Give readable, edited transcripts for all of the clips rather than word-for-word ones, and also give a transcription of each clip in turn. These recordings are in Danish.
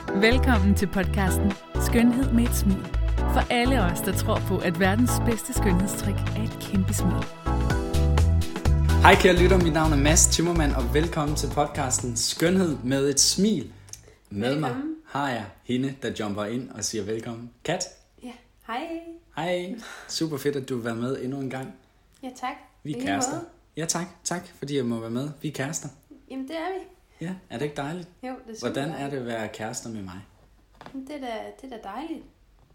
Velkommen til podcasten Skønhed med et smil. For alle os, der tror på, at verdens bedste skønhedstrik er et kæmpe smil. Hej kære lytter, mit navn er Mads Timmermann, og velkommen til podcasten Skønhed med et smil. Med mig har jeg hende, der jumper ind og siger velkommen. Kat? Ja, hej. Hej. Super fedt, at du vil være med endnu en gang. Ja, tak. Vi er kærester. Ja, tak, fordi jeg må være med. Vi er kærester. Jamen, det er vi. Ja, er det ikke dejligt? Jo, det er Hvordan er det at være kærester med mig? Det er da dejligt.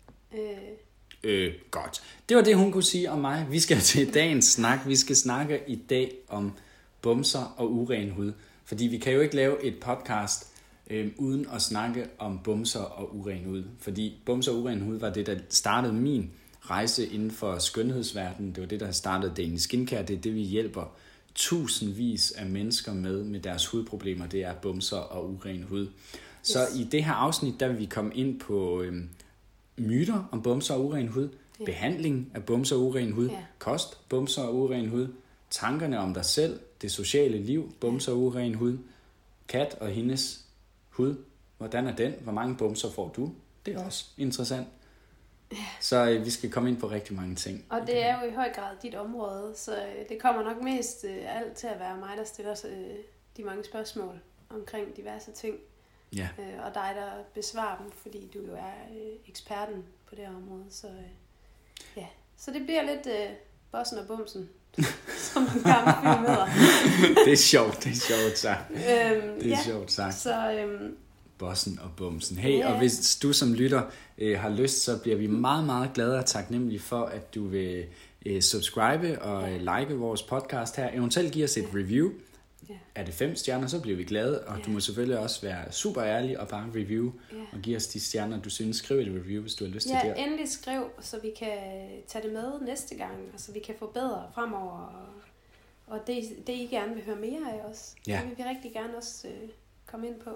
Godt. Det var det, hun kunne sige om mig. Vi skal til dagens snak. Vi skal snakke i dag om bumser og uren hud. Fordi vi kan jo ikke lave et podcast uden at snakke om bumser og uren hud. Fordi bumser og uren hud var det, der startede min rejse inden for skønhedsverdenen. Det var det, der startede Danish Skincare. Det er det, vi hjælper tusindvis af mennesker med deres hudproblemer. Det er bumser og uren hud. Så i det her afsnit, der vil vi komme ind på myter om bumser og uren hud, behandling af bumser og uren hud, kost, bumser og uren hud, tankerne om dig selv, det sociale liv, bumser og uren hud, Kat og hendes hud, hvordan er den, hvor mange bumser får du? Det er også interessant. Så vi skal komme ind på rigtig mange ting. Og det er jo i høj grad dit område, så det kommer nok mest alt til at være mig, der stiller de mange spørgsmål omkring diverse ting. Ja. Og dig, der besvarer dem, fordi du jo er eksperten på det her område. Så det bliver lidt bossen og bumsen, som en gammel film hedder. Det er sjovt sagt. Det er sjovt sagt. Så, bossen og bumsen. Hey, og hvis du som lytter har lyst, så bliver vi meget, meget glade og taknemmelige for, at du vil subscribe og like vores podcast her. Eventuelt give os et review. Er det 5 stjerner, så bliver vi glade, og du må selvfølgelig også være super ærlig og bare review og give os de stjerner, du synes. Skriv et review, hvis du har lyst til det. Ja, endelig skriv, så vi kan tage det med næste gang, og så vi kan forbedre fremover, og det I gerne vil høre mere af os. Det vil vi rigtig gerne også komme ind på.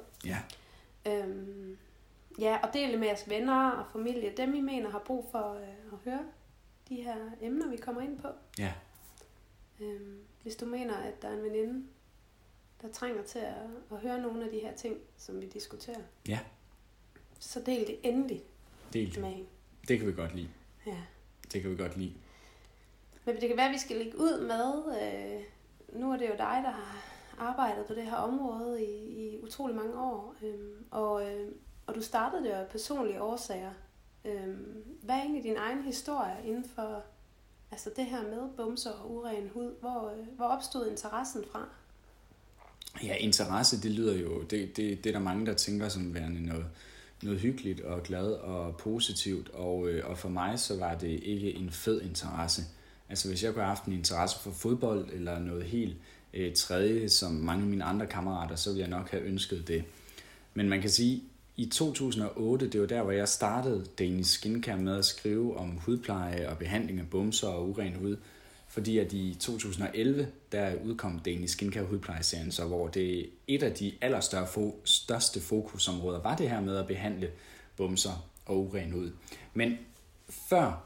Ja. Og dele med jeres venner og familie, dem I mener har brug for at høre de her emner, vi kommer ind på. Ja. Hvis du mener, at der er en veninde, der trænger til at høre nogle af de her ting, som vi diskuterer. Ja. Så del det endelig med hende. Det kan vi godt lide. Ja. Det kan vi godt lide. Men det kan være, at vi skal lægge ud med, nu er det jo dig, der har arbejdet på det her område i utrolig mange år, og du startede det jo af personlige årsager. Hvad er egentlig din egen historie inden for altså det her med bumser og uren hud? Hvor opstod interessen fra? Ja, interesse, det lyder jo, det er der mange, der tænker som værende noget hyggeligt og glad og positivt, og for mig så var det ikke en fed interesse. Altså hvis jeg kunne have haft en interesse for fodbold eller noget helt tredje, som mange af mine andre kammerater, så ville jeg nok have ønsket det. Men man kan sige, i 2008, det var der, hvor jeg startede Danish Skincare med at skrive om hudpleje og behandling af bumser og uren hud. Fordi at i 2011, der udkom Danish Skincare hudplejeserien, så hvor det et af de største fokusområder var det her med at behandle bumser og uren hud. Men før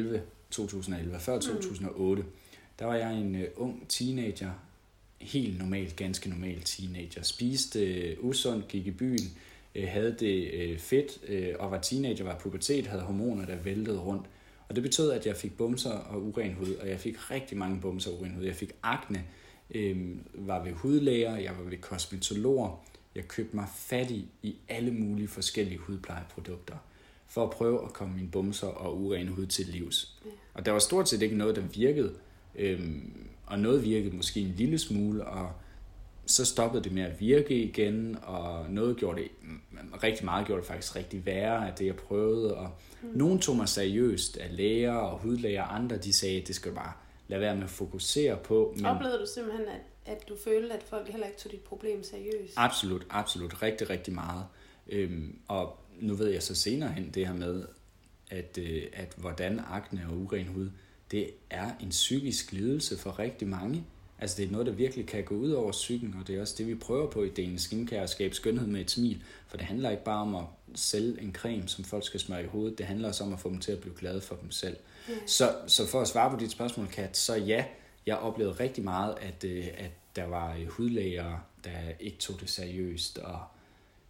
2008, der var jeg en ung teenager, helt normal, ganske normal teenager, spiste usundt, gik i byen, havde det fedt og var teenager, var pubertet, havde hormoner, der væltede rundt. Og det betød, at jeg fik bumser og uren hud, og jeg fik rigtig mange bumser og uren hud. Jeg fik akne, var ved hudlæger, jeg var ved kosmetologer. Jeg købte mig fattig i alle mulige forskellige hudplejeprodukter, for at prøve at komme mine bumser og uren hud til livs. Og der var stort set ikke noget, der virkede, og noget virkede måske en lille smule, og så stoppede det med at virke igen, og noget gjorde det, rigtig meget gjorde det faktisk rigtig værre af det, jeg prøvede, og nogen tog mig seriøst af læger og hudlæger, andre de sagde, at det skal bare lade være med at fokusere på. Men oplevede du simpelthen, at du følte, at folk heller ikke tog dit problem seriøst? Absolut, rigtig, rigtig meget. Og nu ved jeg så senere hen det her med, at hvordan akne og uren hud, det er en psykisk lidelse for rigtig mange. Altså det er noget, der virkelig kan gå ud over psyken, og det er også det, vi prøver på i Danish Skincare, at skabe skønhed med et smil. For det handler ikke bare om at sælge en creme, som folk skal smøre i hovedet. Det handler også om at få dem til at blive glade for dem selv. Så for at svare på dit spørgsmål, Kat, så ja, jeg oplevede rigtig meget, at der var hudlæger, der ikke tog det seriøst, og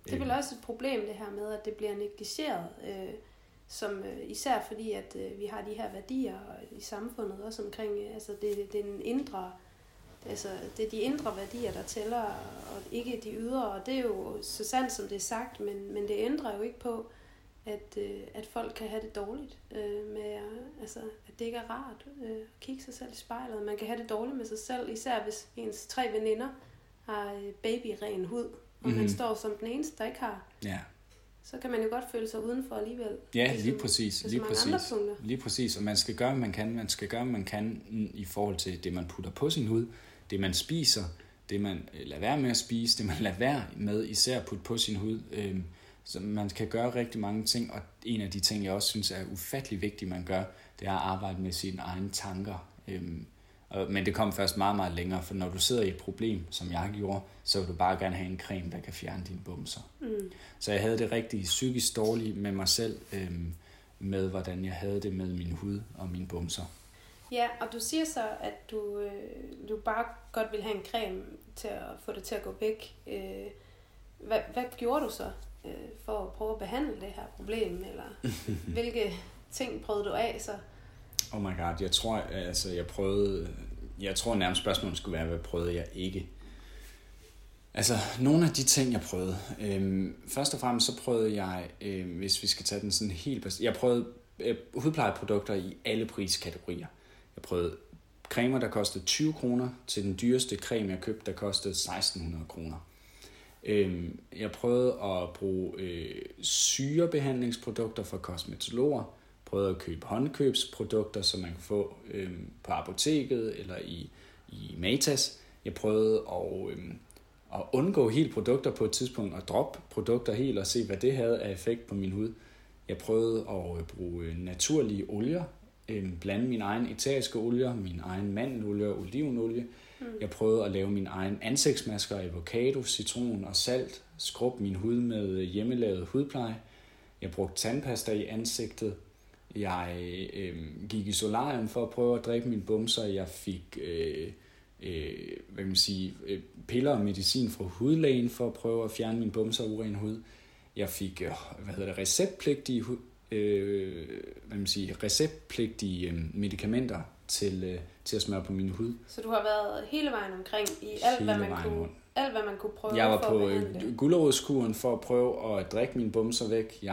Det er vel også et problem, det her med, at det bliver negligeret, især fordi, at vi har de her værdier i samfundet også omkring, altså det er den indre, altså det er de indre værdier, der tæller, og ikke de ydre, og det er jo så sandt, som det er sagt, men det ændrer jo ikke på, at folk kan have det dårligt med, altså at det ikke er rart at kigge sig selv i spejlet. Man kan have det dårligt med sig selv, især hvis ens 3 veninder har babyren hud, og man står som den eneste, der ikke har. Ja. Så kan man jo godt føle sig udenfor alligevel. Ja, lige præcis. Og man skal gøre, hvad man kan. Man skal gøre, hvad man kan i forhold til det, man putter på sin hud, det, man spiser, det, man lader være med at spise, det, man lader være med især at putte på sin hud. Så man kan gøre rigtig mange ting, og en af de ting, jeg også synes er ufattelig vigtigt, man gør, det er at arbejde med sine egne tanker. Men det kom først meget, meget længere, for når du sidder i et problem, som jeg gjorde, så vil du bare gerne have en creme, der kan fjerne dine bumser. Så jeg havde det rigtig psykisk dårligt med mig selv, med hvordan jeg havde det med min hud og mine bumser. Ja, og du siger så, at du bare godt vil have en creme til at få det til at gå væk. Hvad gjorde du så for at prøve at behandle det her problem, eller hvilke ting prøvede du af så? Oh my god, jeg tror nærmest spørgsmålet skulle være, hvad prøvede jeg ikke? Altså, nogle af de ting, jeg prøvede. Først og fremmest så prøvede jeg, hvis vi skal tage den sådan helt... Jeg prøvede hudplejeprodukter i alle priskategorier. Jeg prøvede cremer, der kostede 20 kroner, til den dyreste creme, jeg købte, der kostede 1600 kroner. Jeg prøvede at bruge syrebehandlingsprodukter fra kosmetologer. Prøvede at købe håndkøbsprodukter, som man kan få på apoteket eller i Matas. Jeg prøvede at undgå helt produkter på et tidspunkt, og droppe produkter helt og se, hvad det havde af effekt på min hud. Jeg prøvede at bruge naturlige olier, blande min egen æteriske olier, min egen mandelolie og olivenolie. Jeg prøvede at lave min egen ansigtsmasker, avocado, citron og salt, skrubbe min hud med hjemmelavet hudpleje. Jeg brugte tandpasta i ansigtet. Jeg gik i solarium for at prøve at drikke mine bumser. Jeg fik piller og medicin fra hudlægen for at prøve at fjerne mine bumser og uren hud. Jeg fik receptpligtige medicamenter til at smøre på min hud. Så du har været hele vejen omkring i alt, hvad man kunne prøve. Jeg var på gulerodskuren for at prøve at drikke mine bumser væk.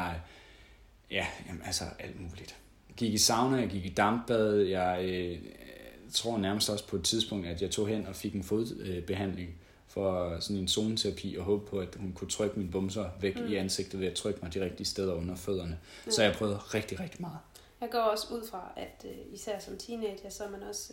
Alt muligt. Jeg gik i sauna, jeg gik i dampbad. Jeg tror nærmest også på et tidspunkt, at jeg tog hen og fik en fodbehandling for sådan en zoneterapi, og håbede på, at hun kunne trykke mine bumser væk i ansigtet ved at trykke mig de rigtige steder under fødderne. Ja. Så jeg prøvede rigtig, rigtig meget. Jeg går også ud fra, at især som teenager, så er man også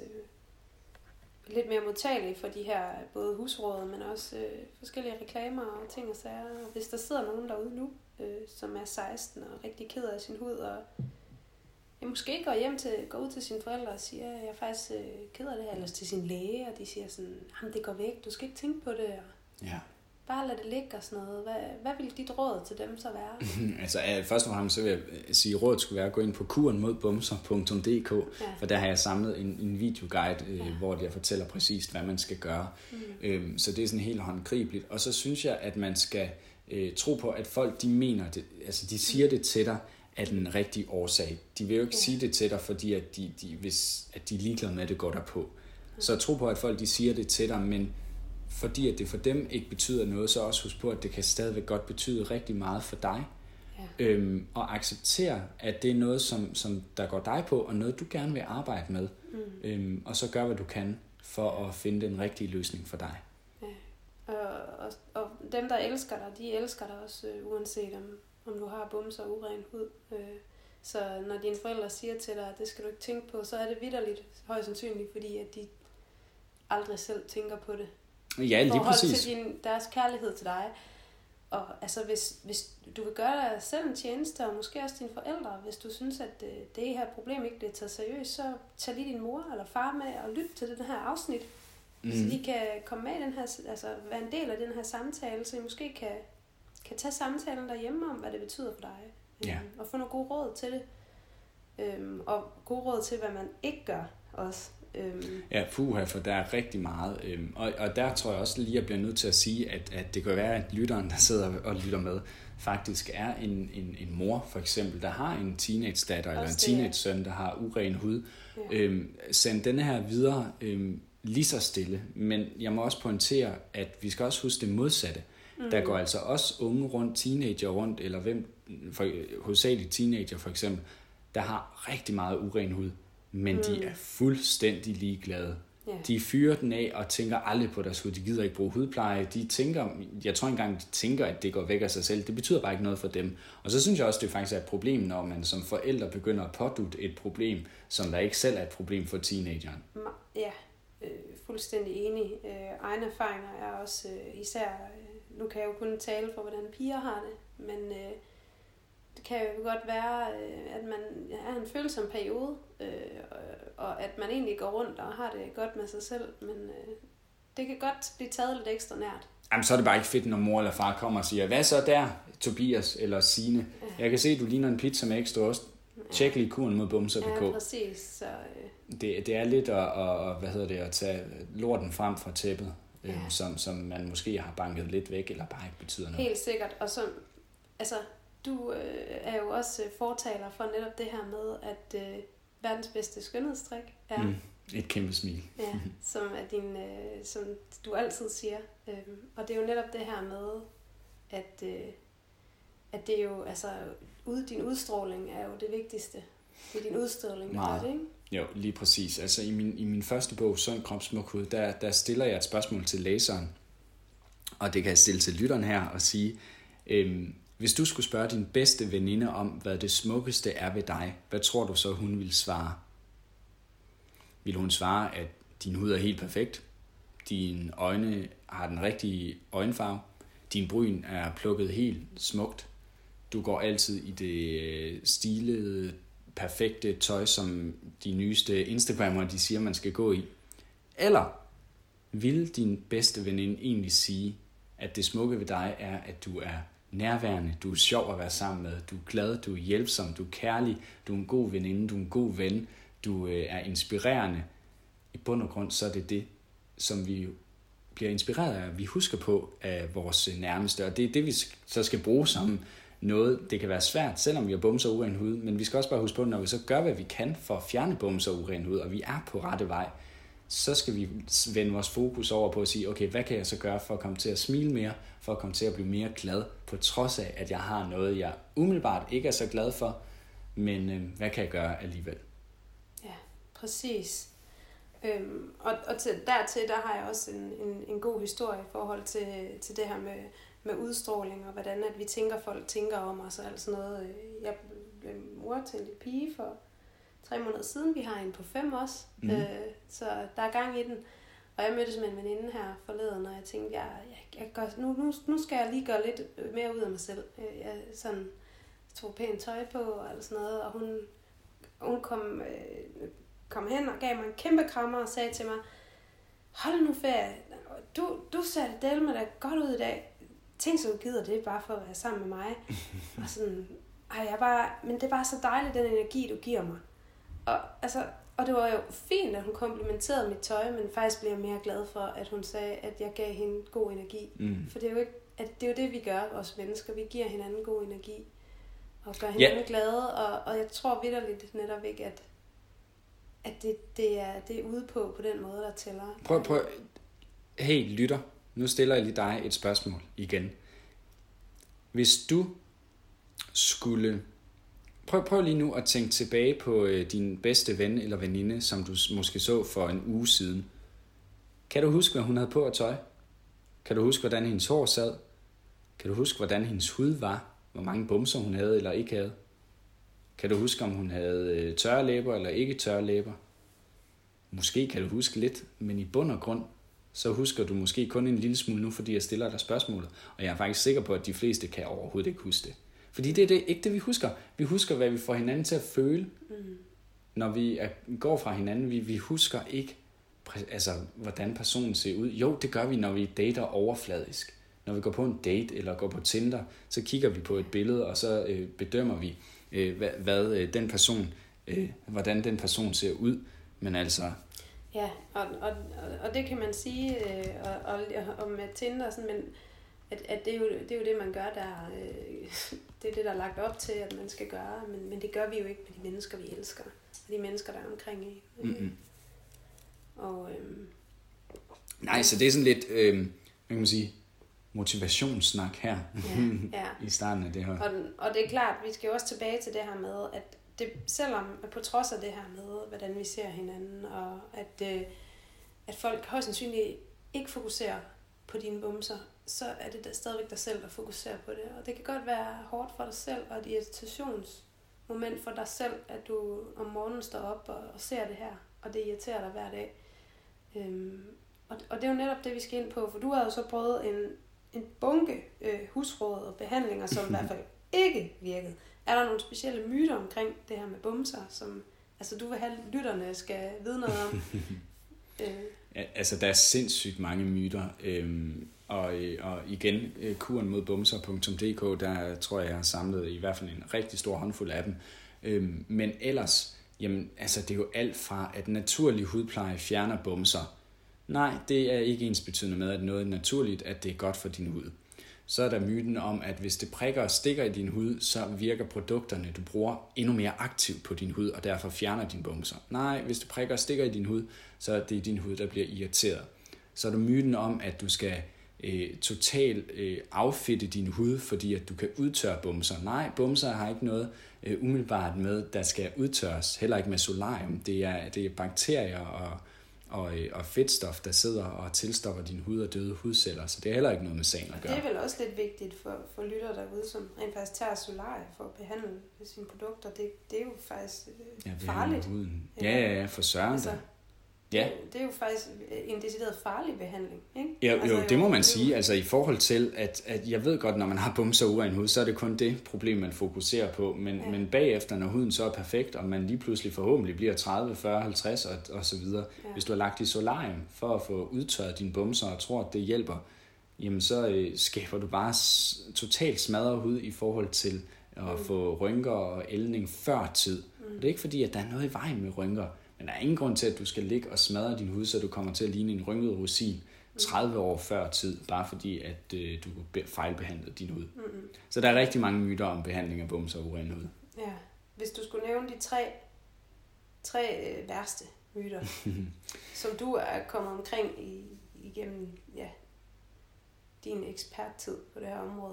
lidt mere modtagelig for de her både husråd, men også forskellige reklamer og ting og sager. Og hvis der sidder nogen derude nu, som er 16 og rigtig ked af sin hud, og jeg måske går ud til sine forældre og siger, at jeg er faktisk ked af det her, eller til sin læge, og de siger sådan, jamen det går væk, du skal ikke tænke på det, og bare lad det ligge og sådan noget. Hvad vil dit råd til dem så være? Først og fremmest så vil jeg sige, at rådet skulle være at gå ind på kurenmodbumser.dk, for der har jeg samlet en videoguide, hvor jeg fortæller præcist, hvad man skal gøre. Så det er sådan helt håndgribeligt. Og så synes jeg, at man skal tro på, at folk, de mener det, altså de siger det til dig, af den rigtige årsag. De vil jo ikke sige det til dig, fordi at de er ligeglade med, at det går der på. Så jeg tror på, at folk de siger det til dig, men fordi at det for dem ikke betyder noget, så også husk på, at det kan stadigvæk godt betyde rigtig meget for dig. Ja. Og acceptere, at det er noget, som der går dig på, og noget, du gerne vil arbejde med. Og så gør, hvad du kan, for at finde den rigtige løsning for dig. Ja. Og dem, der elsker dig, de elsker dig også, uanset om du har bumser og uren hud. Så når dine forældre siger til dig, at det skal du ikke tænke på, så er det vitterligt højst sandsynligt, fordi at de aldrig selv tænker på det. Ja, lige præcis. Til deres kærlighed til dig. Og altså, hvis du vil gøre dig selv en tjeneste, og måske også dine forældre, hvis du synes, at det her problem ikke bliver taget seriøst, så tag lige din mor eller far med og lyt til det her afsnit, så de kan komme med i den her, altså være en del af den her samtale, så I måske kan tage samtalen derhjemme om, hvad det betyder for dig. Og få nogle gode råd til det. Og gode råd til, hvad man ikke gør også. Ja, puha, for der er rigtig meget. Og der tror jeg også lige, jeg bliver nødt til at sige, at det kan være, at lytteren, der sidder og lytter med, faktisk er en mor, for eksempel, der har en teenage-datter eller en teenage-søn, der har uren hud. Ja. Send denne her videre lige så stille. Men jeg må også pointere, at vi skal også huske det modsatte. Der går altså også unge rundt, teenager rundt, eller hovedsageligt teenager for eksempel, der har rigtig meget uren hud, men de er fuldstændig ligeglade. Yeah. De fyrer den af og tænker aldrig på deres hud. De gider ikke bruge hudpleje. Jeg tror engang, de tænker, at det går væk af sig selv. Det betyder bare ikke noget for dem. Og så synes jeg også, det faktisk er et problem, når man som forældre begynder at pådutte et problem, som der ikke selv er et problem for teenageren. Ja, fuldstændig enig. Egne erfaringer er også især... Nu kan jeg jo kun tale for, hvordan piger har det, men det kan jo godt være, at man er en følsom periode, og at man egentlig går rundt og har det godt med sig selv, men det kan godt blive taget lidt ekstra nært. Jamen, så er det bare ikke fedt, når mor eller far kommer og siger, hvad så der, Tobias eller Signe? Ja. Jeg kan se, at du ligner en pizza med ekstra ost. Tjek lige kuren mod bumser.dk. Ja, præcis. Så, det er lidt at tage lorten frem fra tæppet. Som man måske har banket lidt væk, eller bare ikke betyder noget. Helt sikkert. Og så, du er jo også fortaler for netop det her med, at verdens bedste skønhedstrik er... Et kæmpe smil. Ja, som du altid siger. Og det er jo netop det her med, at det er jo, din udstråling er jo det vigtigste. Det er din udstråling, der er det, ikke? Jo, lige præcis. Altså i min første bog, Sund krop, smuk hud, der stiller jeg et spørgsmål til læseren, og det kan jeg stille til lytteren her og sige, hvis du skulle spørge din bedste veninde om, hvad det smukkeste er ved dig, hvad tror du så, hun ville svare? Vil hun svare, at din hud er helt perfekt, dine øjne har den rigtige øjenfarve, din bryn er plukket helt smukt, du går altid i det stilede, perfekte tøj, som de nyeste Instagrammer, de siger, man skal gå i? Eller vil din bedste veninde egentlig sige, at det smukke ved dig er, at du er nærværende, du er sjov at være sammen med, du er glad, du er hjælpsom, du er kærlig, du er en god veninde, du er en god ven, du er inspirerende. I bund og grund, så er det, som vi bliver inspireret af, vi husker på af vores nærmeste, og det er det, vi så skal bruge som noget. Det kan være svært, selvom vi har bumser og uren hud, men vi skal også bare huske på, når vi så gør, hvad vi kan for at fjerne bumser og uren hud, og vi er på rette vej, så skal vi vende vores fokus over på at sige, okay, hvad kan jeg så gøre for at komme til at smile mere, for at komme til at blive mere glad, på trods af, at jeg har noget, jeg umiddelbart ikke er så glad for, men hvad kan jeg gøre alligevel? Ja, præcis. Og dertil, der har jeg også en god historie i forhold til det her med udstråling, og hvordan at vi tænker, folk tænker om os og alt sådan noget. Jeg blev mor til en lille pige for 3 måneder siden. Vi har en på 5 også, så der er gang i den. Og jeg mødtes med en veninde her forleden, og jeg tænkte, nu skal jeg lige gøre lidt mere ud af mig selv. Jeg tog pænt tøj på og alt sådan noget, og hun kom hen og gav mig en kæmpe krammer og sagde til mig, hold nu ferie, du ser det med dig godt ud i dag. Tænk så du gider det bare for at være sammen med mig. Og sådan, men det er bare så dejligt, den energi, du giver mig. Og det var jo fint, at hun komplimenterede mit tøj, men faktisk blev jeg mere glad for, at hun sagde, at jeg gav hende god energi. For det er jo det, vi gør, os mennesker. Vi giver hinanden god energi og gør hinanden glade. Og jeg tror vitterligt netop ikke, at det er ude på den måde, der tæller. Prøv. Hey, lytter. Nu stiller jeg lige dig et spørgsmål igen. Hvis du skulle... Prøv lige nu at tænke tilbage på din bedste ven eller veninde, som du måske så for en uge siden. Kan du huske, hvad hun havde på af tøj? Kan du huske, hvordan hendes hår sad? Kan du huske, hvordan hendes hud var? Hvor mange bumser hun havde eller ikke havde? Kan du huske, om hun havde tørre læber eller ikke tørre læber? Måske kan du huske lidt, men i bund og grund, så husker du måske kun en lille smule nu, fordi jeg stiller dig spørgsmålet. Og jeg er faktisk sikker på, at de fleste kan overhovedet ikke huske det. Fordi det er ikke det, vi husker. Vi husker, hvad vi får hinanden til at føle, når vi går fra hinanden. Vi husker ikke, hvordan personen ser ud. Jo, det gør vi, når vi dater overfladisk. Når vi går på en date eller går på Tinder, så kigger vi på et billede, og så bedømmer vi, hvordan den person ser ud. Men altså... Ja, og det kan man sige, og med Tinder og sådan, men at det er jo det, man gør der. Det er det, der er lagt op til, at man skal gøre, men det gør vi jo ikke med de mennesker, vi elsker. Og de mennesker, der er omkring i. Og, nej, så det er sådan lidt, hvad kan man sige, motivationssnak her i starten af det her. Og det er klart, vi skal jo også tilbage til det her med, at det, selvom på trods af det her med, hvordan vi ser hinanden, og at folk højst sandsynligt ikke fokuserer på dine bumser, så er det stadigvæk dig selv, der fokuserer på det. Og det kan godt være hårdt for dig selv, og et irritationsmoment for dig selv, at du om morgenen står op og ser det her, og det irriterer dig hver dag. Og det er jo netop det, vi skal ind på, for du har jo så prøvet en bunke husråd og behandlinger, som i hvert fald ikke virkede. Er der nogle specielle myter omkring det her med bumser, som altså, du vil have, lytterne skal vide noget om? Ja, altså, der er sindssygt mange myter. Og igen, kuren mod bumser.dk, der tror jeg har samlet i hvert fald en rigtig stor håndfuld af dem. Men ellers, jamen, altså, det er jo alt fra, at naturlig hudpleje fjerner bumser. Nej, det er ikke ensbetydende med, at noget er naturligt, at det er godt for din hud. Så er der myten om, at hvis det prikker og stikker i din hud, så virker produkterne, du bruger, endnu mere aktivt på din hud, og derfor fjerner din bumser. Nej, hvis det prikker og stikker i din hud, så er det din hud, der bliver irriteret. Så er der myten om, at du skal totalt affedte din hud, fordi at du kan udtørre bumser. Nej, bumser har ikke noget umiddelbart med, der skal udtørres. Heller ikke med solarium. Det er bakterier og fedtstof, der sidder og tilstopper din hud og døde hudceller, så det er heller ikke noget med sagen at gøre. Det er vel også lidt vigtigt for lyttere derude, som rent faktisk tager solarium for at behandle sine produkter. Det er jo faktisk farligt. Huden. Ja, for søren altså, ja. Det er jo faktisk en decideret farlig behandling, ikke? Jo, det må man sige. Altså i forhold til, at jeg ved godt, når man har bumser og uren hud, så er det kun det problem, man fokuserer på. Men bagefter, når huden så er perfekt, og man lige pludselig forhåbentlig bliver 30, 40, 50 og så videre. Ja. Hvis du har lagt i solarium for at få udtørret dine bumser og tror, at det hjælper, jamen så skaber du bare totalt smadret hud i forhold til at få rynker og ældning før tid. Det er ikke fordi, at der er noget i vejen med rynker. Men der er ingen grund til, at du skal ligge og smadre din hud, så du kommer til at ligne en rynket rosin 30 år før tid, bare fordi, at du fejlbehandlede din hud. Så der er rigtig mange myter om behandling af bumser og uren hud. Ja, hvis du skulle nævne de tre værste myter, som du er kommet omkring igennem din eksperttid på det her område,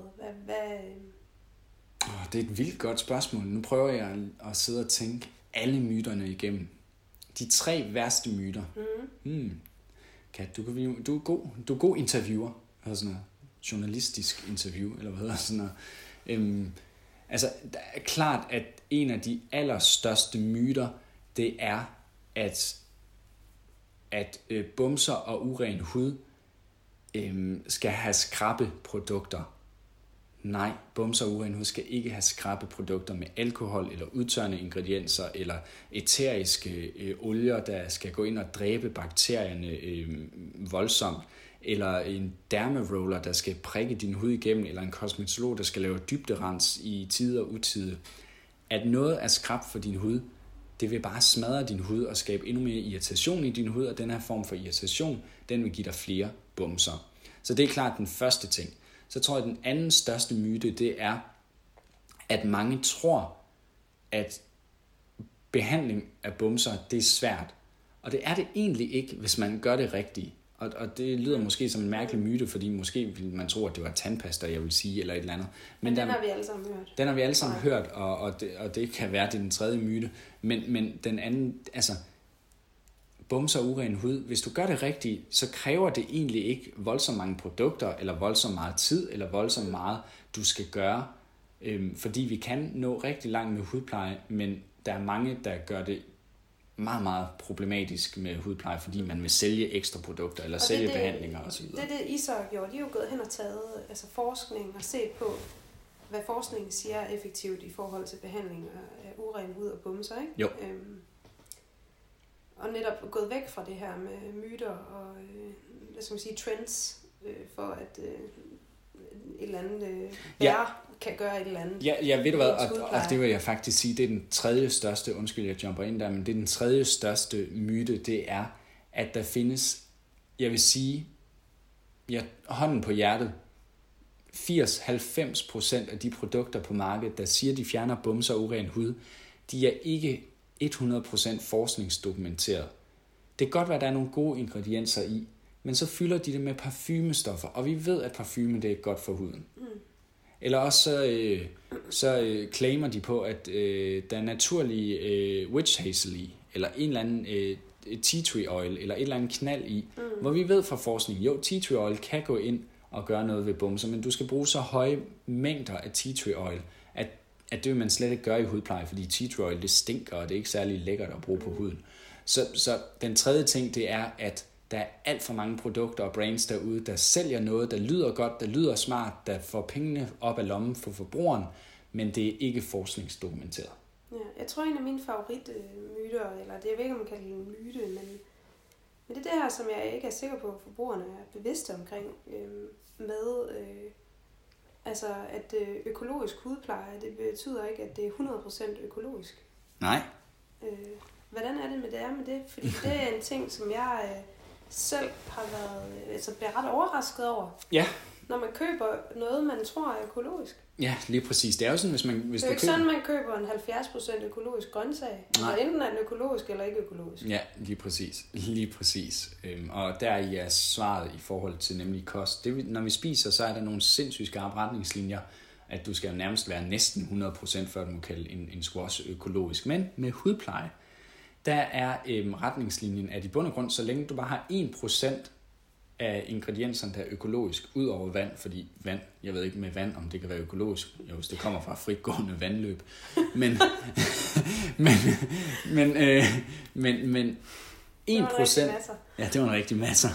Det er et vildt godt spørgsmål. Nu prøver jeg at sidde og tænke alle myterne igennem. De 3 værste myter. Kat, du er god interviewer. Eller sådan noget. Journalistisk interview, eller hvad hedder sådan noget. Altså, det er klart, at en af de allerstørste myter, det er, at bumser og uren hud skal have skrappe produkter. Nej, bumser og uren hud skal ikke have skrappe produkter med alkohol eller udtørrende ingredienser eller æteriske olier, der skal gå ind og dræbe bakterierne voldsomt, eller en dermaroller, der skal prikke din hud igennem, eller en kosmetolog, der skal lave dybderens i tide og utide. At noget er skrap for din hud, det vil bare smadre din hud og skabe endnu mere irritation i din hud, og den her form for irritation, den vil give dig flere bumser. Så det er klart den første ting. Så tror jeg, at den anden største myte, det er, at mange tror, at behandling af bumser, det er svært. Og det er det egentlig ikke, hvis man gør det rigtigt. Og det lyder måske som en mærkelig myte, fordi måske vil man tro, at det var tandpasta, jeg vil sige, eller et eller andet. Men den har vi alle sammen hørt. Den har vi alle sammen hørt, og det kan være, det er den tredje myte. Men den anden, altså bumser og uren hud, hvis du gør det rigtigt, så kræver det egentlig ikke voldsomt mange produkter, eller voldsomt meget tid, eller voldsomt meget, du skal gøre. Fordi vi kan nå rigtig langt med hudpleje, men der er mange, der gør det meget, meget problematisk med hudpleje, fordi man vil sælge ekstra produkter, eller sælge behandlinger osv. Det er det, I så har gjort. De er jo gået hen og taget forskning og set på, hvad forskningen siger er effektivt i forhold til behandling af uren hud og bumser, ikke? Jo. Og netop gået væk fra det her med myter og hvad skal man sige, trends, for at et eller andet kan gøre et eller andet. Ja, ved du hvad, og det vil jeg faktisk sige, det er den tredje største, undskyld jeg jumper ind der, men det er den tredje største myte, det er, at der findes, jeg vil sige, hånden på hjertet, 80-90% af de produkter på markedet, der siger, de fjerner bumser og uren hud, de er ikke 100% forskningsdokumenteret. Det kan godt være, at der er nogle gode ingredienser i, men så fylder de det med parfumestoffer, og vi ved, at parfume det er godt for huden. Eller også så claimer de på, at der er naturlig witch hazel i, eller en eller anden tea tree oil, eller et eller andet knald i, hvor vi ved fra forskning, jo, tea tree oil kan gå ind og gøre noget ved bumser, men du skal bruge så høje mængder af tea tree oil, at det vil man slet ikke gøre i hudpleje, fordi tea tree oil, det stinker, og det er ikke særlig lækkert at bruge på huden. Så den tredje ting, det er, at der er alt for mange produkter og brands derude, der sælger noget, der lyder godt, der lyder smart, der får pengene op af lommen for forbrugeren, men det er ikke forskningsdokumenteret. Ja, jeg tror, en af mine favoritmyter, eller det, jeg ved ikke, om man kan kalde en myte, men det er det her, som jeg ikke er sikker på, at forbrugerne er bevidste omkring, altså at økologisk hudpleje, det betyder ikke, at det er 100% økologisk. Nej. Hvordan er det med det? Fordi det er en ting, som jeg selv har bliver ret overrasket over. Ja. Når man køber noget, man tror er økologisk. Ja, lige præcis. Det er jo sådan, hvis det er jo ikke sådan, man køber en 70% økologisk grøntsag. Nej. Enten er den økologisk eller ikke økologisk. Ja, lige præcis. Og der er svaret i forhold til nemlig kost. Når vi spiser, så er der nogle sindssygt skarpe retningslinjer, at du skal jo nærmest være næsten 100% før du må kalde en squash økologisk. Men med hudpleje, der er retningslinjen, at i bund og grund, så længe du bare har 1% af ingredienserne, der er økologisk, ud over vand, fordi vand, jeg ved ikke med vand, om det kan være økologisk, jo, hvis det kommer fra fritgående vandløb, men 1%, ja, det var en rigtig masse.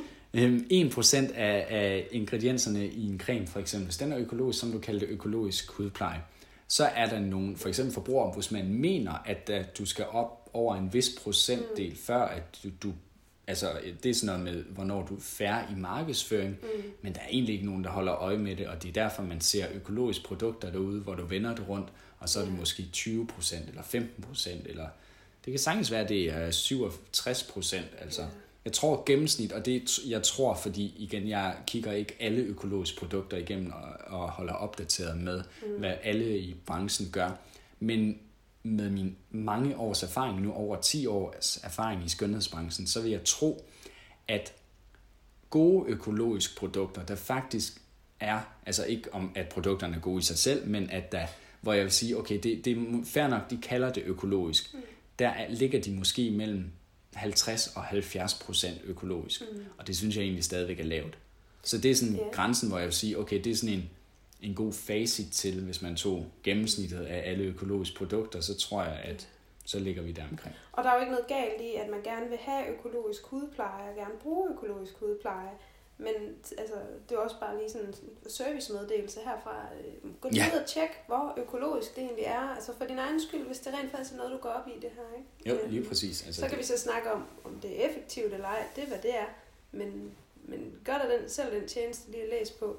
1% af ingredienserne i en creme, for eksempel, hvis den er økologisk, som du kalder det økologisk hudpleje, så er der nogle, for eksempel forbrugerombudsmanden mener, at du skal op over en vis procentdel, før at du altså, det er sådan noget med, hvornår du er færre i markedsføring, men der er egentlig ikke nogen, der holder øje med det, og det er derfor, man ser økologiske produkter derude, hvor du vender det rundt, og så er det måske 20% eller 15%, eller det kan sagtens være, at det er 67%, altså. Jeg tror gennemsnit, og jeg tror, fordi igen, jeg kigger ikke alle økologiske produkter igennem og holder opdateret med, hvad alle i branchen gør, men med min mange års erfaring, nu over 10 års erfaring i skønhedsbranchen, så vil jeg tro, at gode økologiske produkter, der faktisk er, altså ikke om, at produkterne er gode i sig selv, men at der, hvor jeg vil sige, okay, det er fair nok, de kalder det økologisk, der ligger de måske mellem 50 og 70% økologisk, og det synes jeg egentlig stadigvæk er lavt. Så det er sådan grænsen, hvor jeg vil sige, okay, det er sådan en god facit til, hvis man tog gennemsnittet af alle økologiske produkter, så tror jeg, at så ligger vi der omkring. Og der er jo ikke noget galt i, at man gerne vil have økologisk hudpleje, og gerne bruge økologisk hudpleje, men altså, det er også bare lige sådan en servicemeddelelse herfra. Gå lige ud og tjek, hvor økologisk det egentlig er, altså for din egen skyld, hvis det rent faktisk er noget, du går op i det her, ikke? Jo, lige præcis. Altså, så kan vi så snakke om det er effektivt eller ej, det er hvad det er, men gør dig selv den tjeneste lige at læse på,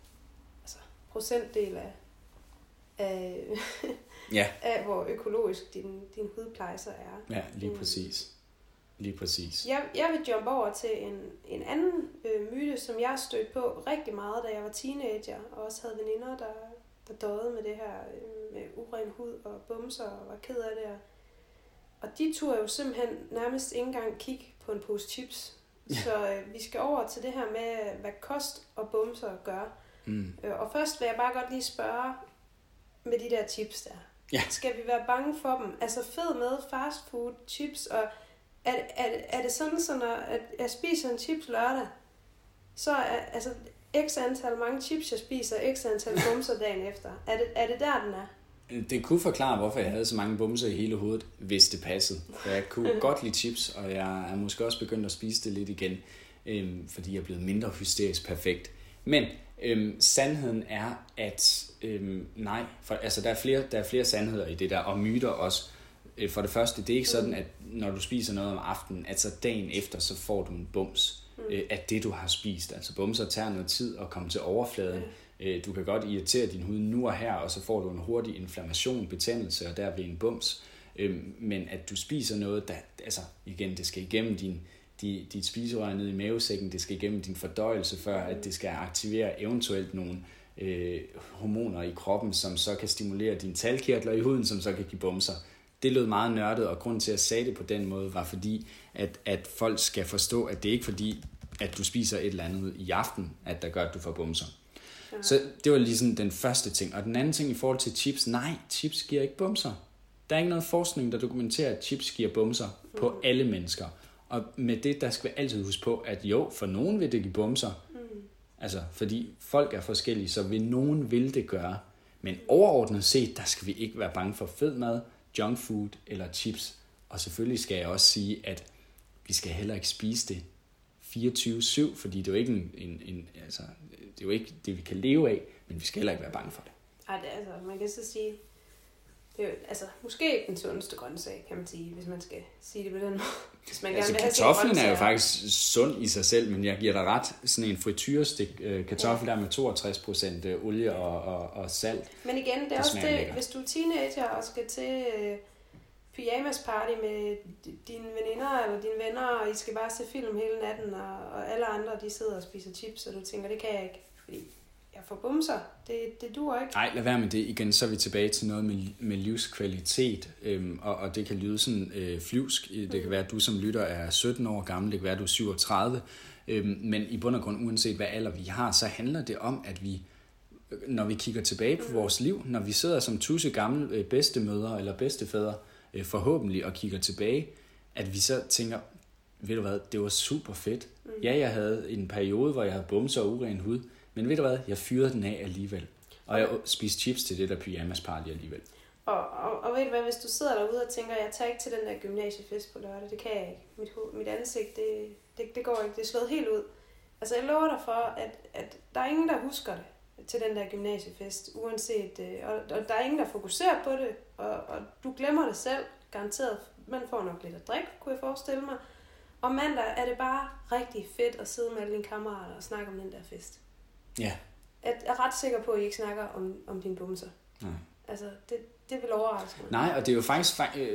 procentdel af hvor økologisk din hudpleje så er. Ja, lige præcis. Lige præcis. Jeg vil jump over til en anden myte, som jeg stødte på rigtig meget, da jeg var teenager, og også havde veninder, der døde med det her med uren hud og bumser og var ked af det. Og de turde jo simpelthen nærmest ikke engang kigge på en pose chips. Ja. Så vi skal over til det her med, hvad kost og bumser gør. Og først vil jeg bare godt lige spørge med de der chips der. Ja. Skal vi være bange for dem? Altså fed med fast food chips, og er det sådan, så når jeg spiser en chips lørdag, så er altså x antal mange chips, jeg spiser, x antal bumser dagen efter. Er det der, den er? Det kunne forklare, hvorfor jeg havde så mange bumser i hele hovedet, hvis det passede. For jeg kunne godt lide chips, og jeg er måske også begyndt at spise det lidt igen, fordi jeg er blevet mindre hysterisk perfekt. Men sandheden er, at nej, for, altså der er flere sandheder i det der, og myter også. For det første, det er ikke sådan, at når du spiser noget om aftenen, at så dagen efter, så får du en bums af det, du har spist. Altså bumser tager noget tid at komme til overfladen. Du kan godt irritere din hud nu og her, og så får du en hurtig inflammation, betændelse, og der bliver en bums. Men at du spiser noget, der, altså igen, det skal igennem dit spiserør ned i mavesækken, det skal igennem din fordøjelse, før at det skal aktivere eventuelt nogle hormoner i kroppen, som så kan stimulere dine talkirtler i huden, som så kan give bumser. Det lød meget nørdet, og grunden til at jeg sagde det på den måde, var fordi, at folk skal forstå, at det ikke er fordi, at du spiser et eller andet i aften, at der gør, at du får bumser. Ja. Så det var ligesom den første ting. Og den anden ting i forhold til chips, nej, chips giver ikke bumser. Der er ikke noget forskning, der dokumenterer, at chips giver bumser på alle mennesker. Og med det, der skal vi altid huske på, at jo, for nogen vil det give bumser. Altså, fordi folk er forskellige, så vil nogen vil det gøre. Men overordnet set, der skal vi ikke være bange for fed mad, junk food eller chips. Og selvfølgelig skal jeg også sige, at vi skal heller ikke spise det 24/7, fordi det er jo ikke altså, det er jo ikke det, vi kan leve af, men vi skal heller ikke være bange for det. Ej, det altså, man kan så sige, det er jo, altså, måske den sundeste grøntsag, kan man sige, hvis man skal sige det på den måde. Hvis man altså, gerne vil kartoflen er jo faktisk sund i sig selv, men jeg giver dig ret, sådan en frityrestik kartoffel der med 62% olie og salt. Men igen, det er også det, hvis du er teenager og skal til pyjamas party med dine veninder eller dine venner, og I skal bare se film hele natten, og alle andre, de sidder og spiser chips, og du tænker, det kan jeg ikke, fordi jeg får bumser. Det duer ikke. Nej, lad være med det. Igen, så er vi tilbage til noget med livskvalitet, og det kan lyde sådan flyvsk. Det kan være, at du som lytter er 17 år gammel, det kan være, at du er 37, men i bund og grund, uanset hvad alder vi har, så handler det om, at vi, når vi kigger tilbage på vores liv, når vi sidder som tusse gamle bedstemødre eller bedstefædre, forhåbentlig, og kigger tilbage, at vi så tænker, ved du hvad, det var super fedt. Ja, jeg havde en periode, hvor jeg havde bumser og uren hud, men ved du hvad, jeg fyrede den af alligevel. Og jeg spiste chips til det der pyjamas party alligevel. Og ved du hvad, hvis du sidder derude og tænker, jeg tager ikke til den der gymnasiefest på lørdag, det kan jeg ikke. Mit ansigt, det går ikke, det er slået helt ud. Altså jeg lover dig for, at der er ingen, der husker det til den der gymnasiefest, uanset, og der er ingen, der fokuserer på det, og du glemmer det selv, garanteret. Man får nok lidt at drikke, kunne jeg forestille mig. Og mandag er det bare rigtig fedt at sidde med alle dine kammerater og snakke om den der fest. Ja. Jeg er ret sikker på, at I ikke snakker om dine bumser. Nej. Altså, det vil overraske mig. Nej, og det er jo faktisk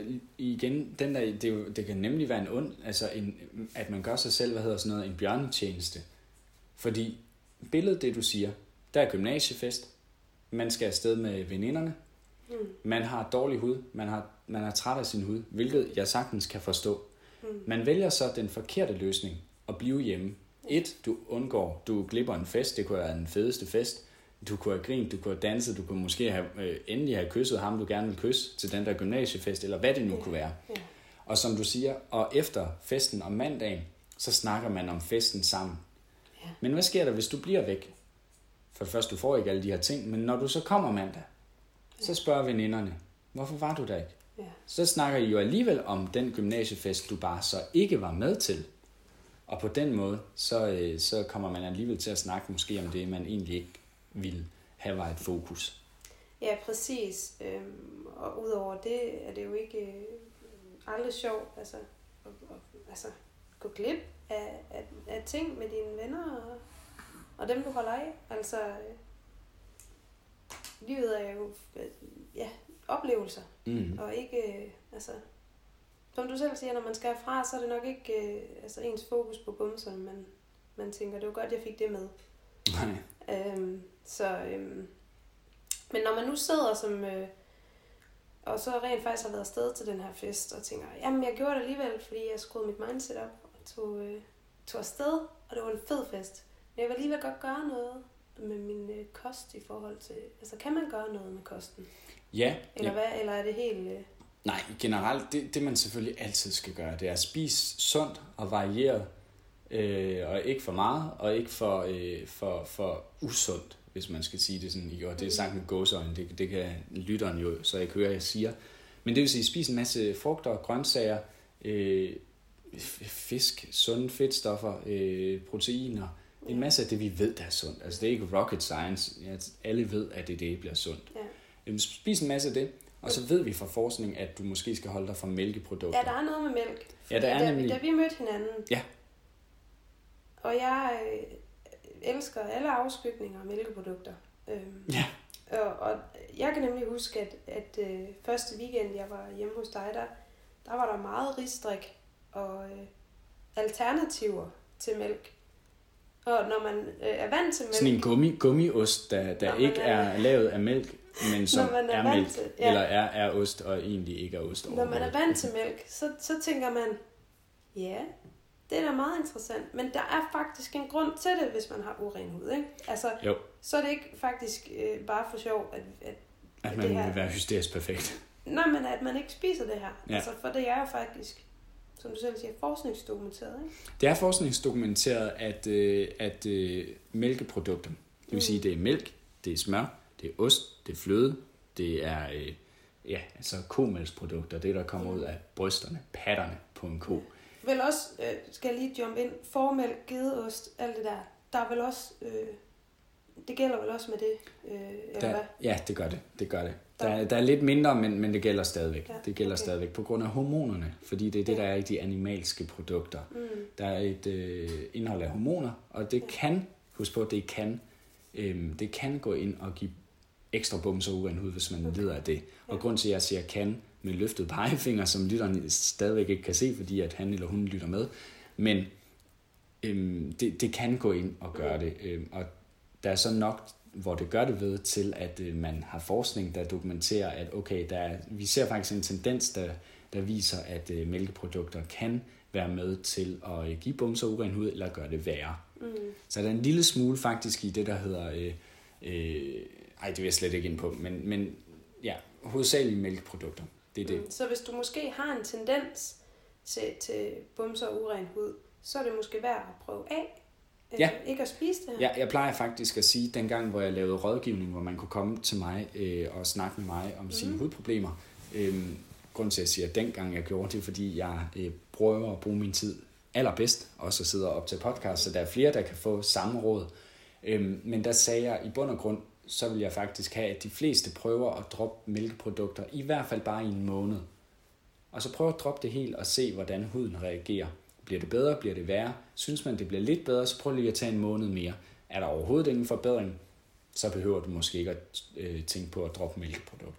igen, den der, det kan nemlig være en ond, altså at man gør sig selv, en bjørnetjeneste. Fordi billedet, det du siger, der er gymnasiefest, man skal afsted med veninderne, man har dårlig hud, man er træt af sin hud, hvilket jeg sagtens kan forstå. Man vælger så den forkerte løsning at blive hjemme. Du glipper en fest, det kunne være den fedeste fest, du kunne have grint, du kunne have danset, du kunne måske endelig have kysset ham, du gerne vil kysse til den der gymnasiefest, eller hvad det nu kunne være. Ja. Og som du siger, og efter festen om mandagen, så snakker man om festen sammen. Ja. Men hvad sker der, hvis du bliver væk? For det første, du får ikke alle de her ting, men når du så kommer mandag, så spørger veninderne, hvorfor var du der ikke? Ja. Så snakker I jo alligevel om den gymnasiefest, du bare så ikke var med til. Og på den måde, så kommer man alligevel til at snakke måske om det, man egentlig ikke ville have var et fokus. Ja, præcis. Og udover det, er det jo ikke aldrig sjovt altså gå glip af ting med dine venner og dem, du holder af. Altså, livet er jo oplevelser, og ikke, som du selv siger, når man skal herfra, så er det nok ikke ens fokus på bumserne, men man tænker, det var godt, jeg fik det med. Nej. Men når man nu sidder og så rent faktisk har været afsted til den her fest, og tænker, jamen jeg gjorde det alligevel, fordi jeg skruede mit mindset op og tog afsted, og det var en fed fest. Men jeg vil alligevel godt gøre noget med min kost i forhold til, altså kan man gøre noget med kosten? Ja. Eller hvad, eller er det helt... Nej, generelt, det man selvfølgelig altid skal gøre, det er at spise sundt og varieret, og ikke for meget, og ikke for usundt, hvis man skal sige det sådan. Og det er sagt med gåseøjne, det kan lytteren jo så ikke høre, jeg siger. Men det vil sige, spise en masse frugter, grøntsager, fisk, sunde fedtstoffer, proteiner, en masse af det, vi ved, der er sundt. Altså det er ikke rocket science, alle ved, at det bliver sundt. Ja. Spis en masse af det, og så ved vi fra forskning, at du måske skal holde dig fra mælkeprodukter. Ja, der er noget med mælk. Ja, der er nemlig... Da vi mødte hinanden, ja. Og jeg elsker alle afskygninger af mælkeprodukter. Ja. Og jeg kan nemlig huske, at første weekend, jeg var hjemme hos dig, der var der meget risdrik. Og alternativer til mælk. Og når man er vant til mælk... Sådan en gummiost, der ikke er lavet af mælk, men som er mælk, eller er ost, og egentlig ikke er ost. Når man er vant til mælk, så tænker man, ja, det er da meget interessant, men der er faktisk en grund til det, hvis man har uren hud, ikke? Altså, jo. Så er det ikke faktisk bare for sjov, at man vil være hysterisk perfekt. Nej, men at man ikke spiser det her. Ja. Altså, for det er jo faktisk, som du selv siger, forskningsdokumenteret, ikke? Det er forskningsdokumenteret, at mælkeprodukter, det vil sige, det er mælk, det er smør, det er ost, det er fløde, det er altså komælksprodukter, det der kommer ud af brysterne, patterne på en ko. Vel også, skal jeg lige jump ind, formælk, gedeost, alt det der, der er vel også, det gælder vel også med det, eller hvad? Ja, det gør det. Der er lidt mindre, men det gælder stadigvæk. Ja, det gælder stadigvæk på grund af hormonerne, fordi det er det, der er i de animalske produkter. Der er et indhold af hormoner, og det kan, husk på, det kan gå ind og give ekstra bumser og uren hud, hvis man lider af det. Og grund til, at jeg siger kan med løftet pegefinger, som lytteren stadigvæk ikke kan se, fordi at han eller hun lytter med, men det kan gå ind og gøre det. Og der er så nok, hvor det gør det ved, til at man har forskning, der dokumenterer, at okay, vi ser faktisk en tendens, der viser, at mælkeprodukter kan være med til at give bumser og uren hud, eller gøre det værre. Så der er en lille smule faktisk i det, der hedder... det vil jeg slet ikke ind på, men ja, hovedsageligt mælkeprodukter. Det er det. Så hvis du måske har en tendens til bumser og uren hud, så er det måske værd at prøve af. Ikke at spise det her. Ja, jeg plejer faktisk at sige, dengang hvor jeg lavede rådgivning, hvor man kunne komme til mig og snakke med mig om sine hudproblemer. Grunden til at sige, at dengang jeg gjorde det, fordi jeg prøver at bruge min tid allerbedst, også at sidde op til podcast, så der er flere, der kan få samme råd. Men der sagde jeg i bund og grund, så vil jeg faktisk have, at de fleste prøver at droppe mælkeprodukter, i hvert fald bare i en måned. Og så prøv at droppe det helt og se, hvordan huden reagerer. Bliver det bedre? Bliver det værre? Synes man, det bliver lidt bedre, så prøv lige at tage en måned mere. Er der overhovedet ingen forbedring, så behøver du måske ikke at tænke på at droppe mælkeprodukter.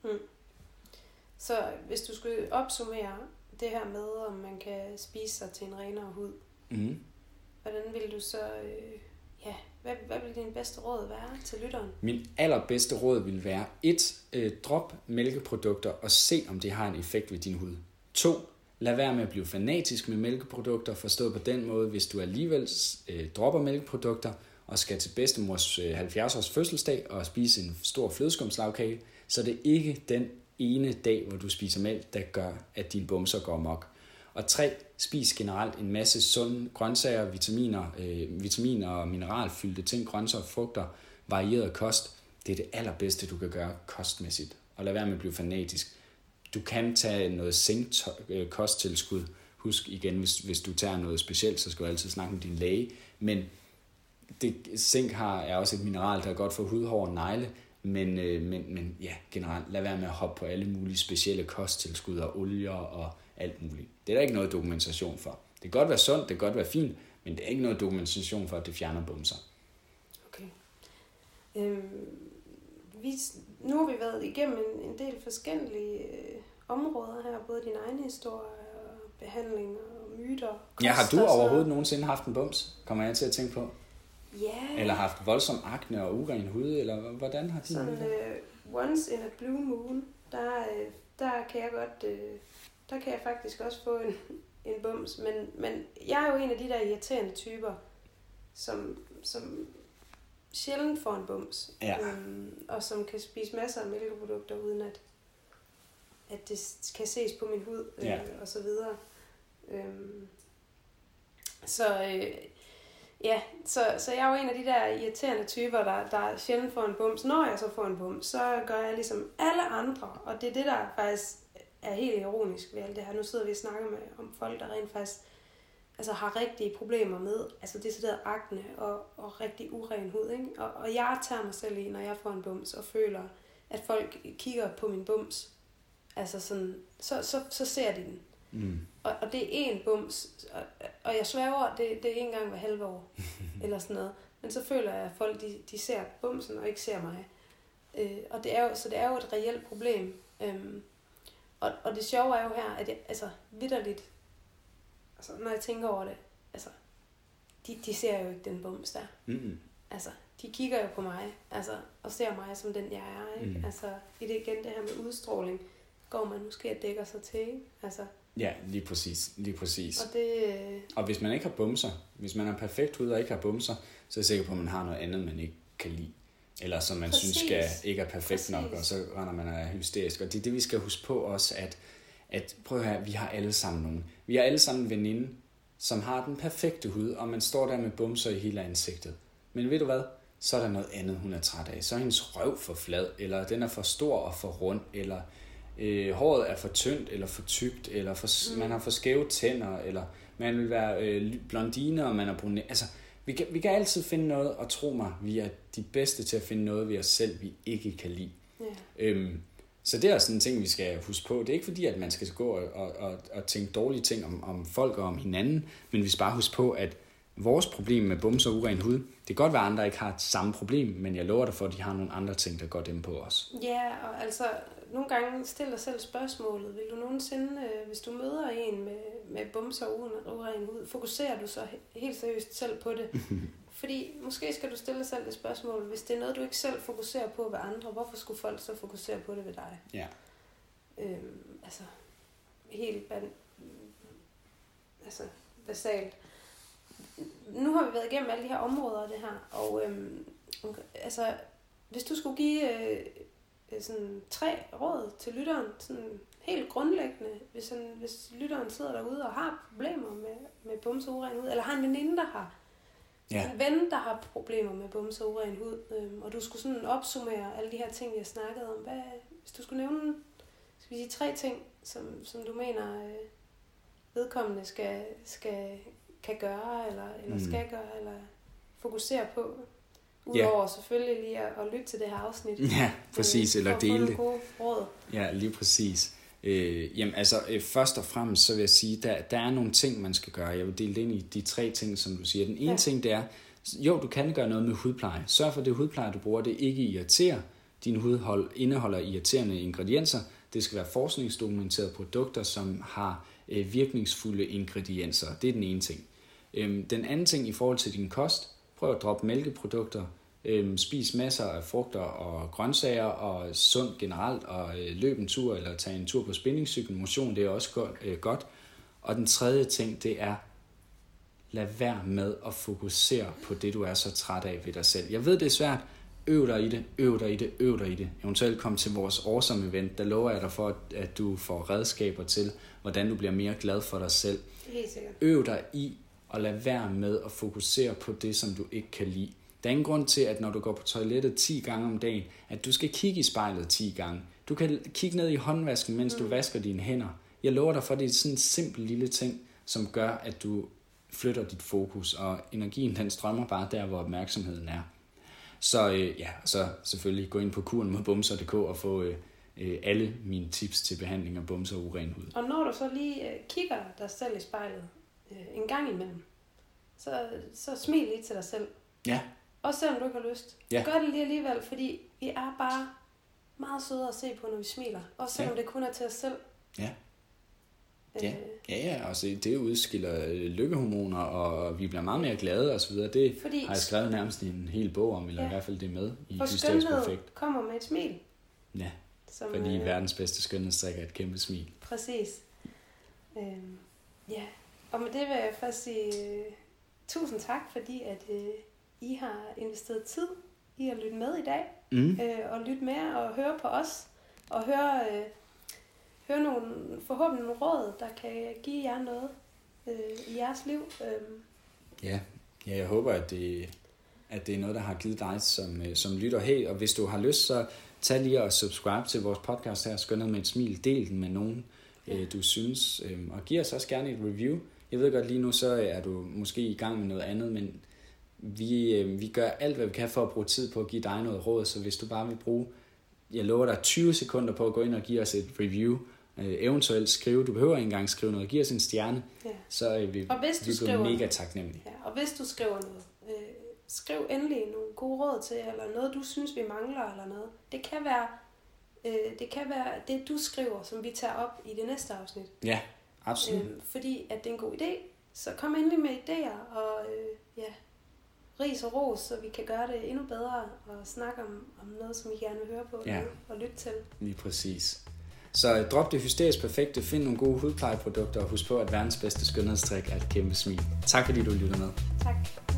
Så hvis du skulle opsummere det her med, om man kan spise sig til en renere hud, hvordan vil du så... Hvad vil din bedste råd være til lytteren? Min allerbedste råd vil være 1. Drop mælkeprodukter og se, om det har en effekt ved din hud. 2. Lad være med at blive fanatisk med mælkeprodukter, forstået på den måde, hvis du alligevel dropper mælkeprodukter og skal til bedstemors 70-års fødselsdag og spise en stor flødeskumslagkage, så det er ikke den ene dag, hvor du spiser mælk, der gør, at dine bumser går amok. Og 3. Spis generelt en masse sunde grøntsager, vitaminer og mineralfyldte ting, grøntsager, frugter, varieret kost. Det er det allerbedste, du kan gøre kostmæssigt. Og lad være med at blive fanatisk. Du kan tage noget zink-kosttilskud. Husk igen, hvis du tager noget specielt, så skal du altid snakke med din læge. Men zink er også et mineral, der er godt for hud, hår og negle. Men ja, generelt, lad være med at hoppe på alle mulige specielle kosttilskud og olier og alt muligt. Det er der ikke noget dokumentation for. Det kan godt være sundt, det kan godt være fint, men det er ikke noget dokumentation for, at det fjerner bumser. Okay. Nu har vi været igennem en del forskellige områder her, både din egen historie og behandling og myter. Ja, har du overhovedet nogensinde haft en bums? Kommer jeg til at tænke på? Ja. Eller haft voldsom akne og uren hud, eller hvordan har din once in a blue moon, der kan jeg godt... Der kan jeg faktisk også få en bums, men jeg er jo en af de der irriterende typer, som sjældent får en bums, og som kan spise masser af mælkeprodukter, uden at det kan ses på min hud, og så videre. Så jeg er jo en af de der irriterende typer, der sjældent får en bums. Når jeg så får en bums, så gør jeg ligesom alle andre, og det er det, der faktisk er helt ironisk ved alt det her. Nu sidder vi og snakker om folk, der rent faktisk har rigtige problemer med, decideret akne og rigtig uren hud, ikke? Og jeg tager mig selv i, når jeg får en bums, og føler, at folk kigger på min bums. Så ser de den. Og det er én bums, og jeg sværger, det er ikke engang hver halve år, eller sådan noget. Men så føler jeg, at folk de ser bumsen, og ikke ser mig. Og det er jo et reelt problem. Og det sjove er jo her, at jeg, vitterligt, altså, når jeg tænker over det, altså, de ser jo ikke den bums der. Mm. Altså, de kigger jo på mig, altså, og ser mig som den, jeg er, ikke? Altså, i det igen, det her med udstråling, går man måske og dækker sig til, ikke? Altså, ja, lige præcis. Og Og hvis man ikke har bumser, hvis man er perfekt hud og ikke har bumser, så er jeg sikker på, at man har noget andet, man ikke kan lide. Eller som man synes ikke er perfekt nok, og så render man af hysterisk. Og det er det, vi skal huske på også, at prøv at høre, vi har alle sammen nogen. Vi har alle sammen en veninde, som har den perfekte hud, og man står der med bumser i hele ansigtet. Men ved du hvad? Så er der noget andet, hun er træt af. Så er hendes røv for flad, eller den er for stor og for rund, eller håret er for tyndt eller for tykt, eller man har for skæve tænder, eller man vil være blondine, og man er brunette. Altså, vi kan altid finde noget, og tro mig, vi er de bedste til at finde noget ved os selv, vi ikke kan lide. Yeah. Så det er sådan en ting, vi skal huske på. Det er ikke fordi, at man skal gå og tænke dårlige ting om folk og om hinanden, men vi skal bare huske på, at vores problem med bumser og uren hud, det kan godt være, at andre ikke har samme problem, men jeg lover dig for, at de har nogle andre ting, der går dem på os. Ja, og altså, nogle gange stiller dig selv spørgsmålet, vil du nogensinde, hvis du møder en med bumser og uren hud, fokuserer du så helt seriøst selv på det? Fordi måske skal du stille dig selv det spørgsmål, hvis det er noget, du ikke selv fokuserer på ved andre, hvorfor skulle folk så fokusere på det ved dig? Ja. Altså, helt basalt. Nu har vi været igennem alle de her områder og det her, og altså, hvis du skulle give sådan 3 råd til lytteren, sådan helt grundlæggende, hvis lytteren sidder derude og har problemer med bums og uren hud, eller har en veninde, der har en ven, der har problemer med bums og uren hud, og du skulle sådan opsummere alle de her ting, vi har snakket om, hvis du skulle nævne, skal vi sige 3 ting, som du mener vedkommende kan gøre, eller skal gøre, eller fokusere på, udover selvfølgelig lige at lytte til det her afsnit. Ja, præcis, eller dele det. Råd. Ja, lige præcis. Jamen, altså, først og fremmest, så vil jeg sige, der er nogle ting, man skal gøre. Jeg vil dele det ind i de 3 ting, som du siger. Den ene ting, det er, jo, du kan gøre noget med hudpleje. Sørg for, at det hudpleje, du bruger, det ikke irriterer. Din hud indeholder irriterende ingredienser. Det skal være forskningsdokumenterede produkter, som har virkningsfulde ingredienser. Det er den ene ting. Den anden ting i forhold til din kost, prøv at droppe mælkeprodukter, spis masser af frugter og grøntsager og sundt generelt, og løb en tur eller tage en tur på spændingscyklen. Motion, det er også godt. Og den tredje ting, det er, lad være med at fokusere på det, du er så træt af ved dig selv. Jeg ved, det er svært. Øv dig i det. Eventuelt kom til vores awesome event, der lover jeg dig for, at du får redskaber til, hvordan du bliver mere glad for dig selv. Helt sikkert. Øv dig i, og lad være med at fokusere på det, som du ikke kan lide. Der er ingen grund til, at når du går på toilettet 10 gange om dagen, at du skal kigge i spejlet 10 gange. Du kan kigge ned i håndvasken, mens du vasker dine hænder. Jeg lover dig for, det er sådan en simpel lille ting, som gør, at du flytter dit fokus, og energien den strømmer bare der, hvor opmærksomheden er. Så så selvfølgelig gå ind på kuren mod bumser.dk og få alle mine tips til behandling af bumser og uren hud. Og når du så lige kigger dig selv i spejlet en gang imellem, så smil lige til dig selv. Ja. Også selvom du ikke har lyst. Ja. Gør det lige alligevel, fordi vi er bare meget søde at se på, når vi smiler. Også selvom det kun er til os selv. Ja. Ja, altså det udskiller lykkehormoner, og vi bliver meget mere glade og så videre. Det har jeg skrevet nærmest en hel bog om, eller i hvert fald det med i Hysterisk Perfekt. For kommer med et smil. Ja, fordi verdens bedste skønhedstrik er et kæmpe smil. Præcis. Ja, og med det vil jeg først sige tusind tak, fordi at I har investeret tid i at lytte med i dag, og lytte med og høre på os, og høre forhåbentlig nogle råd, der kan give jer noget i jeres liv. Ja, jeg håber, at det er noget, der har givet dig som lytter. Hey, og hvis du har lyst, så tag lige og subscribe til vores podcast her, Skønhed med et smil. Del den med nogen, du synes, og giv os også gerne et review. Jeg ved godt, lige nu så er du måske i gang med noget andet, men vi gør alt, hvad vi kan for at bruge tid på at give dig noget råd, så hvis du bare vil bruge, jeg lover dig 20 sekunder på at gå ind og give os et review, eventuelt skrive, du behøver ikke engang skrive noget, giv os en stjerne, så er vi bliver mega taknemmelige. Ja, og hvis du skriver noget, skriv endelig nogle gode råd til, eller noget du synes vi mangler, eller noget. Det kan være det du skriver, som vi tager op i det næste afsnit. Ja, absolut. Fordi at det er en god idé, Så kom endelig med idéer, og ris og ros, så vi kan gøre det endnu bedre, og snakke om noget, som I gerne vil høre på og lytte til. Lige præcis. Så drop det hysterisk perfekte, find nogle gode hudplejeprodukter, og husk på, at verdens bedste skønhedstrik er et kæmpe smil. Tak fordi du lytter med. Tak.